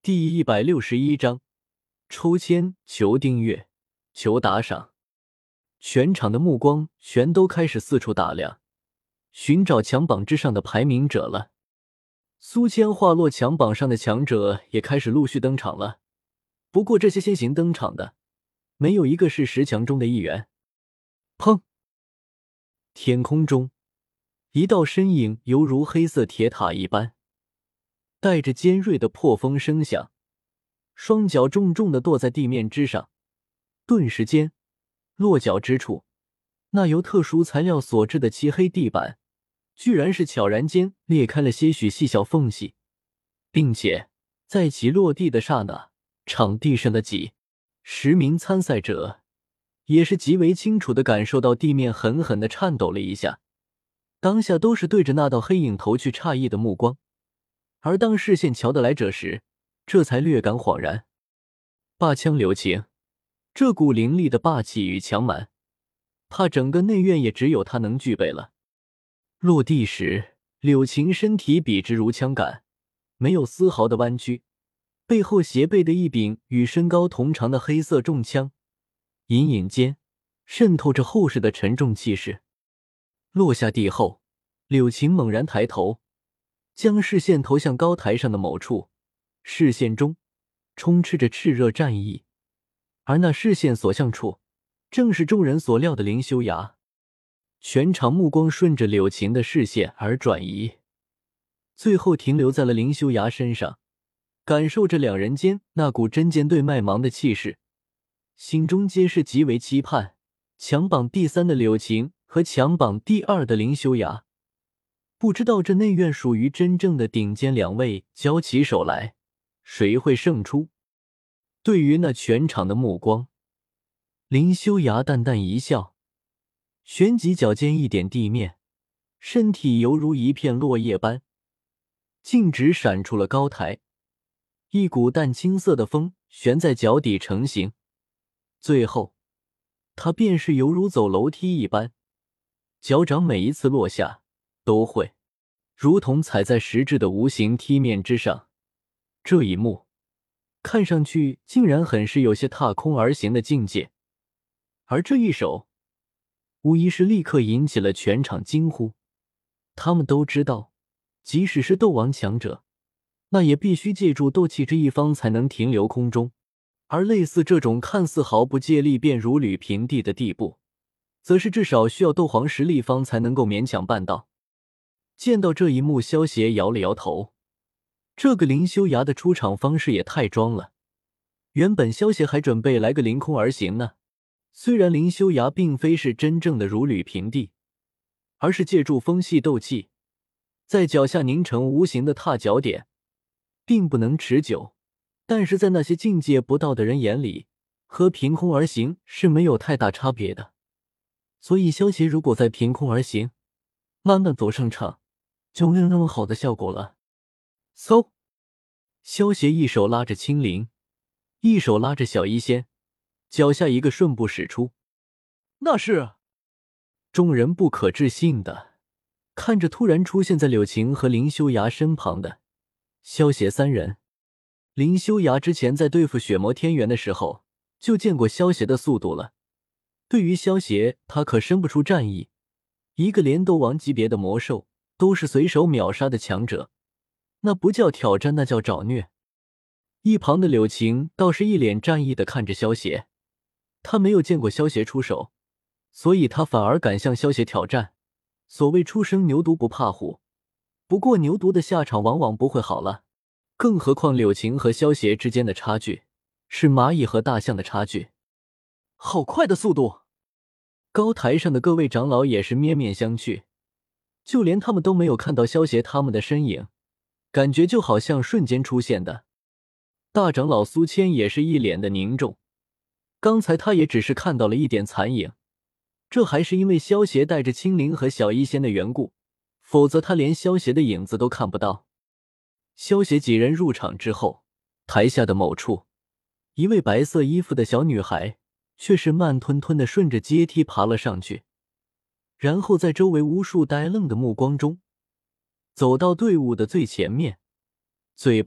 第161章抽签，求订阅，求打赏。全场的目光全都开始四处打量，寻找强榜之上的排名者了。苏千化落强榜上的强者也开始陆续登场了，不过这些先行登场的，没有一个是10强中的一员。砰！天空中，一道身影犹如黑色铁塔一般，带着尖锐的破风声响，双脚重重地跺在地面之上，顿时间，落脚之处，那由特殊材料所制的漆黑地板，居然是悄然间裂开了些许细小缝隙，并且在其落地的刹那，场地上的几10名参赛者也是极为清楚地感受到地面狠狠地颤抖了一下，当下都是对着那道黑影投去诧异的目光，而当视线瞧得来者时，这才略感恍然。霸枪留情，这股凌厉的霸气与强蛮，怕整个内院也只有他能具备了。落地时，柳晴身体笔直如枪杆，没有丝毫的弯曲，背后斜背的一柄与身高同长的黑色重枪，隐隐间渗透着厚实的沉重气势。落下地后，柳晴猛然抬头，将视线投向高台上的某处，视线中充斥着炽热战意，而那视线所向处，正是众人所料的凌修崖。全场目光顺着柳晴的视线而转移，最后停留在了凌修崖身上，感受着两人间那股针尖对麦芒的气势，心中皆是极为期盼。强榜第3的柳晴和强榜第2的凌修崖，不知道这内院属于真正的顶尖两位交起手来，谁会胜出？对于那全场的目光，凌修崖淡淡一笑，旋即脚尖一点地面，身体犹如一片落叶般径直闪出了高台，一股淡青色的风悬在脚底成型，最后他便是犹如走楼梯一般，脚掌每一次落下都会如同踩在实质的无形梯面之上。这一幕看上去竟然很是有些踏空而行的境界，而这一手无疑是立刻引起了全场惊呼。他们都知道，即使是斗王强者，那也必须借助斗气这一方才能停留空中，而类似这种看似毫不借力便如履平地的地步，则是至少需要斗皇实力方才能够勉强办到。见到这一幕，萧协摇了摇头，这个凌修崖的出场方式也太装了。原本萧协还准备来个凌空而行呢，虽然凌修崖并非是真正的如履平地，而是借助风系斗气在脚下凝成无形的踏脚点，并不能持久，但是在那些境界不到的人眼里，和凭空而行是没有太大差别的。所以萧协如果在凭空而行，慢慢走上场，就没有那么好的效果了。嗖！萧协一手拉着青灵，一手拉着小医仙，脚下一个顺步使出。那是……众人不可置信的看着突然出现在柳晴和凌修崖身旁的萧协三人。凌修崖之前在对付血魔天元的时候就见过萧协的速度了，对于萧协他可生不出战意，一个连斗王级别的魔兽都是随手秒杀的强者，那不叫挑战，那叫找虐。一旁的柳晴倒是一脸战意地看着萧协，他没有见过萧协出手，所以他反而敢向萧协挑战。所谓初生牛犊不怕虎，不过牛犊的下场往往不会好了，更何况柳晴和萧协之间的差距是蚂蚁和大象的差距。好快的速度！高台上的各位长老也是面面相觑，就连他们都没有看到萧协他们的身影，感觉就好像瞬间出现的。大长老苏谦也是一脸的凝重，刚才他也只是看到了一点残影，这还是因为萧协带着青灵和小医仙的缘故，否则他连萧协的影子都看不到。萧协几人入场之后，台下的某处，一位白色衣服的小女孩却是慢吞吞地顺着阶梯爬了上去，然后在周围无数呆愣的目光中走到队伍的最前面，嘴巴中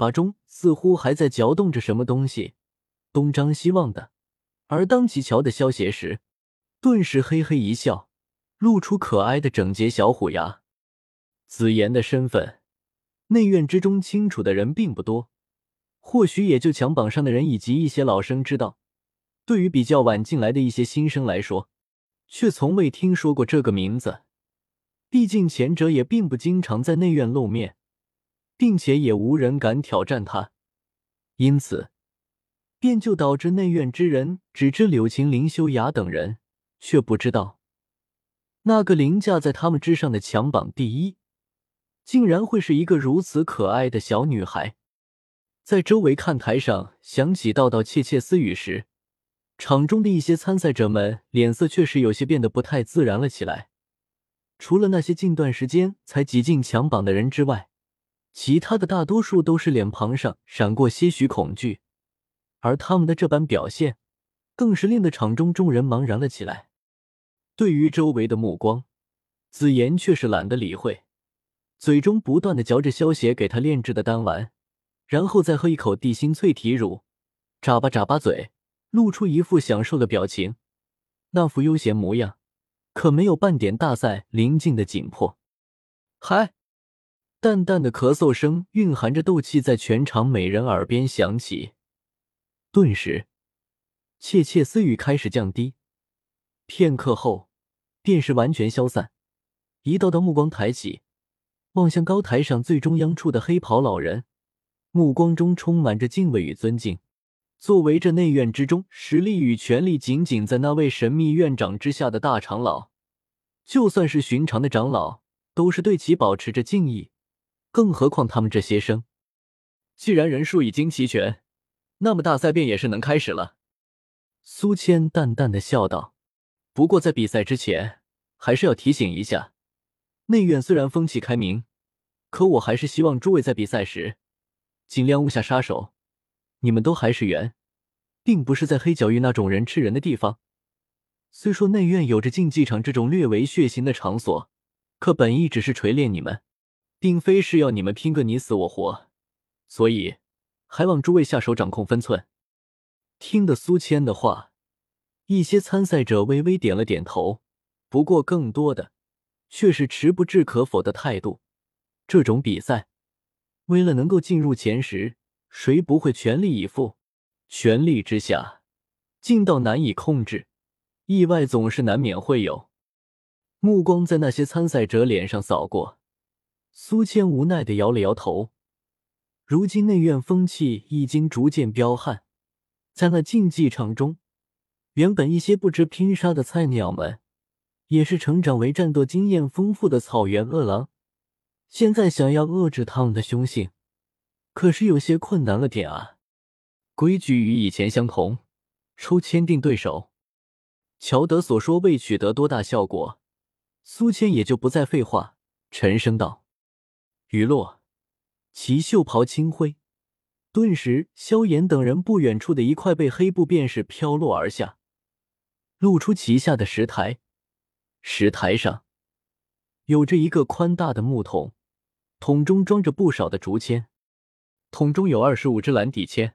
似乎还在嚼动着什么东西，东张西望的。而当其瞧得萧协时，顿时嘿嘿一笑，露出可爱的整洁小虎牙。紫妍的身份，内院之中清楚的人并不多，或许也就强榜上的人以及一些老生知道。对于比较晚进来的一些新生来说，却从未听说过这个名字。毕竟前者也并不经常在内院露面，并且也无人敢挑战他，因此便就导致内院之人只知柳琴、林修雅等人，却不知道那个凌驾在他们之上的强榜第一，竟然会是一个如此可爱的小女孩。在周围看台上响起道道窃窃私语时，场中的一些参赛者们脸色确实有些变得不太自然了起来。除了那些近段时间才挤进强榜的人之外，其他的大多数都是脸庞上闪过些许恐惧，而他们的这般表现更是令得场中众人茫然了起来。对于周围的目光，紫妍却是懒得理会，嘴中不断地嚼着萧协给他炼制的丹丸，然后再喝一口地心淬体乳，眨巴眨巴嘴，露出一副享受的表情，那副悠闲模样可没有半点大赛临近的紧迫。嗨！淡淡的咳嗽声蕴含着斗气在全场美人耳边响起，顿时窃窃私语开始降低，片刻后便是完全消散。一道道目光抬起，望向高台上最中央处的黑袍老人，目光中充满着敬畏与尊敬。作为这内院之中实力与权力仅仅在那位神秘院长之下的大长老，就算是寻常的长老都是对其保持着敬意，更何况他们这些生。既然人数已经齐全，那么大赛便也是能开始了。苏谦淡淡的笑道，不过在比赛之前还是要提醒一下，内院虽然风气开明，可我还是希望诸位在比赛时尽量勿下杀手。你们都还是缘，并不是在黑角域那种人吃人的地方。虽说内院有着竞技场这种略为血腥的场所，可本意只是锤炼你们，并非是要你们拼个你死我活，所以还望诸位下手掌控分寸。听得苏谦的话，一些参赛者微微点了点头，不过更多的却是持不置可否的态度。这种比赛，为了能够进入前10，谁不会全力以赴？权力之下，劲道难以控制，意外总是难免会有。目光在那些参赛者脸上扫过，苏谦无奈地摇了摇头。如今内院风气已经逐渐彪悍，在那竞技场中，原本一些不知拼杀的菜鸟们，也是成长为战斗经验丰富的草原饿狼，现在想要遏制他们的凶性，可是有些困难了点啊。规矩与以前相同，抽签定对手。乔德所说未取得多大效果，苏谦也就不再废话，沉声道：雨落。其袖袍轻挥，顿时萧炎等人不远处的一块被黑布便是飘落而下，露出其下的石台。石台上有着一个宽大的木桶，桶中装着不少的竹签，桶中有25支蓝底签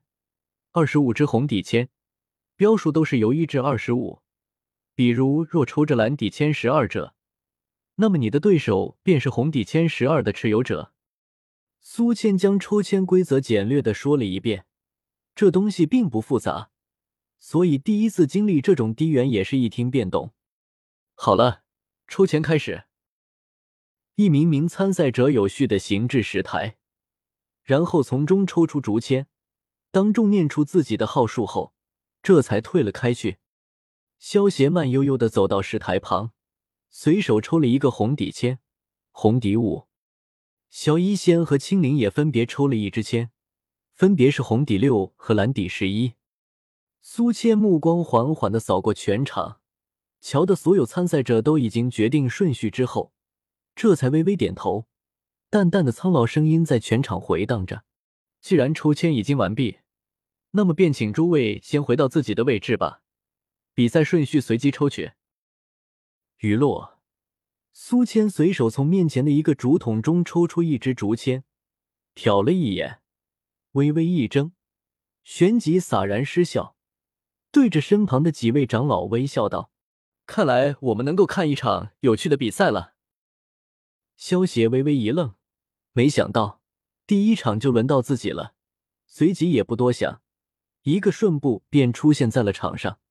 ，25支红底签，标数都是由1至25。比如若抽着蓝底签12者，那么你的对手便是红底签12的持有者。苏谦将抽签规则简略地说了一遍，这东西并不复杂，所以第一次经历这种低原也是一听便懂。好了，抽签开始。一名名参赛者有序地行至石台，然后从中抽出竹签，当众念出自己的号数后，这才退了开去。萧协慢悠悠地走到石台旁，随手抽了一个红底签，红底5。萧一仙和青灵也分别抽了一支签，分别是红底6和蓝底11。苏谦目光缓缓地扫过全场，瞧的所有参赛者都已经决定顺序之后，这才微微点头，淡淡的苍老声音在全场回荡着：既然抽签已经完毕，那么便请诸位先回到自己的位置吧，比赛顺序随机抽取。雨落。苏谦随手从面前的一个竹筒中抽出一支竹签，瞟了一眼， 微微一怔，旋即洒然失笑，对着身旁的几位长老微笑道：“看来我们能够看一场有趣的比赛了。”萧协微微一愣，没想到第一场就轮到自己了，随即也不多想，一个瞬步便出现在了场上。